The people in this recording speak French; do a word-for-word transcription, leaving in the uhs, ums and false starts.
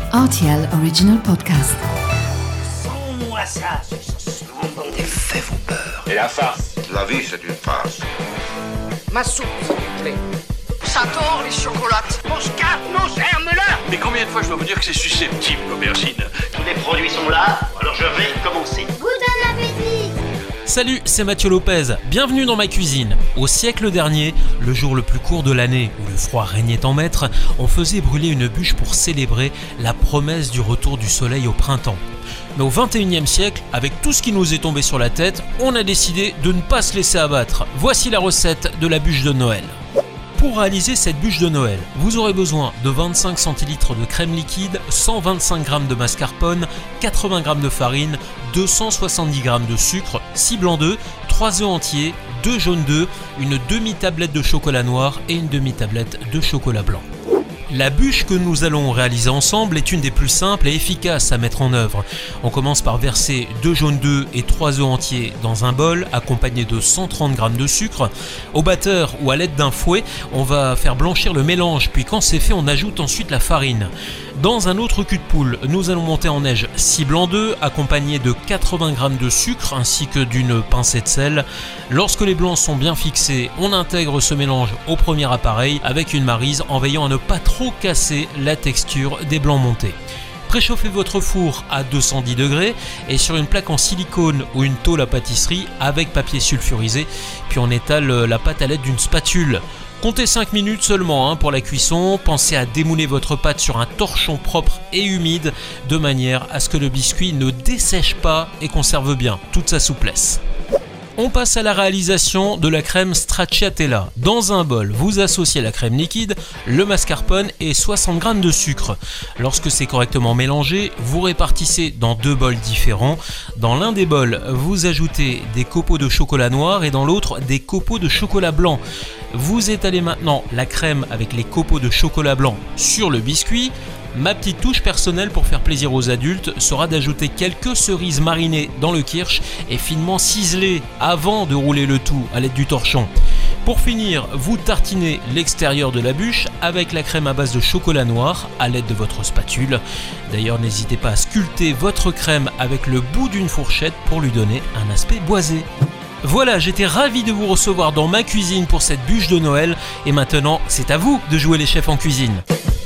R T L Original Podcast. Sans-moi ça, ce des faits vos peurs. Et la farce? La vie, c'est une farce. Ma soupe, s'il vous plaît. Ça tord les chocolates. Mon scarpe, mon germe-là. Mais combien de fois je dois vous dire que c'est susceptible, l'aubergine? Tous les produits sont là, alors je vais commencer. Bon appétit! Salut, c'est Mathieu Lopez, bienvenue dans ma cuisine. Au siècle dernier, le jour le plus court de l'année où le froid régnait en maître, on faisait brûler une bûche pour célébrer la promesse du retour du soleil au printemps. Mais au vingt et unième siècle, avec tout ce qui nous est tombé sur la tête, on a décidé de ne pas se laisser abattre. Voici la recette de la bûche de Noël. Pour réaliser cette bûche de Noël, vous aurez besoin de vingt-cinq centilitres de crème liquide, cent vingt-cinq grammes de mascarpone, quatre-vingts grammes de farine, deux cent soixante-dix grammes de sucre, six blancs d'œufs, trois œufs entiers, deux jaunes d'œufs, une demi-tablette de chocolat noir et une demi-tablette de chocolat blanc. La bûche que nous allons réaliser ensemble est une des plus simples et efficaces à mettre en œuvre. On commence par verser deux jaunes d'œufs et trois œufs entiers dans un bol, accompagné de cent trente grammes de sucre. Au batteur ou à l'aide d'un fouet, on va faire blanchir le mélange, puis quand c'est fait, on ajoute ensuite la farine. Dans un autre cul de poule, nous allons monter en neige six blancs d'œufs, accompagnés de quatre-vingts grammes de sucre ainsi que d'une pincée de sel. Lorsque les blancs sont bien fixés, on intègre ce mélange au premier appareil avec une maryse en veillant à ne pas trop casser la texture des blancs montés. Préchauffez votre four à deux cent dix degrés et sur une plaque en silicone ou une tôle à pâtisserie avec papier sulfurisé, puis on étale la pâte à l'aide d'une spatule. Comptez cinq minutes seulement hein, pour la cuisson, pensez à démouler votre pâte sur un torchon propre et humide de manière à ce que le biscuit ne dessèche pas et conserve bien toute sa souplesse. On passe à la réalisation de la crème stracciatella. Dans un bol, vous associez la crème liquide, le mascarpone et soixante grammes de sucre. Lorsque c'est correctement mélangé, vous répartissez dans deux bols différents. Dans l'un des bols, vous ajoutez des copeaux de chocolat noir et dans l'autre, des copeaux de chocolat blanc. Vous étalez maintenant la crème avec les copeaux de chocolat blanc sur le biscuit. Ma petite touche personnelle pour faire plaisir aux adultes sera d'ajouter quelques cerises marinées dans le kirsch et finement ciselées avant de rouler le tout à l'aide du torchon. Pour finir, vous tartinez l'extérieur de la bûche avec la crème à base de chocolat noir à l'aide de votre spatule. D'ailleurs, n'hésitez pas à sculpter votre crème avec le bout d'une fourchette pour lui donner un aspect boisé. Voilà, j'étais ravi de vous recevoir dans ma cuisine pour cette bûche de Noël et maintenant, c'est à vous de jouer les chefs en cuisine.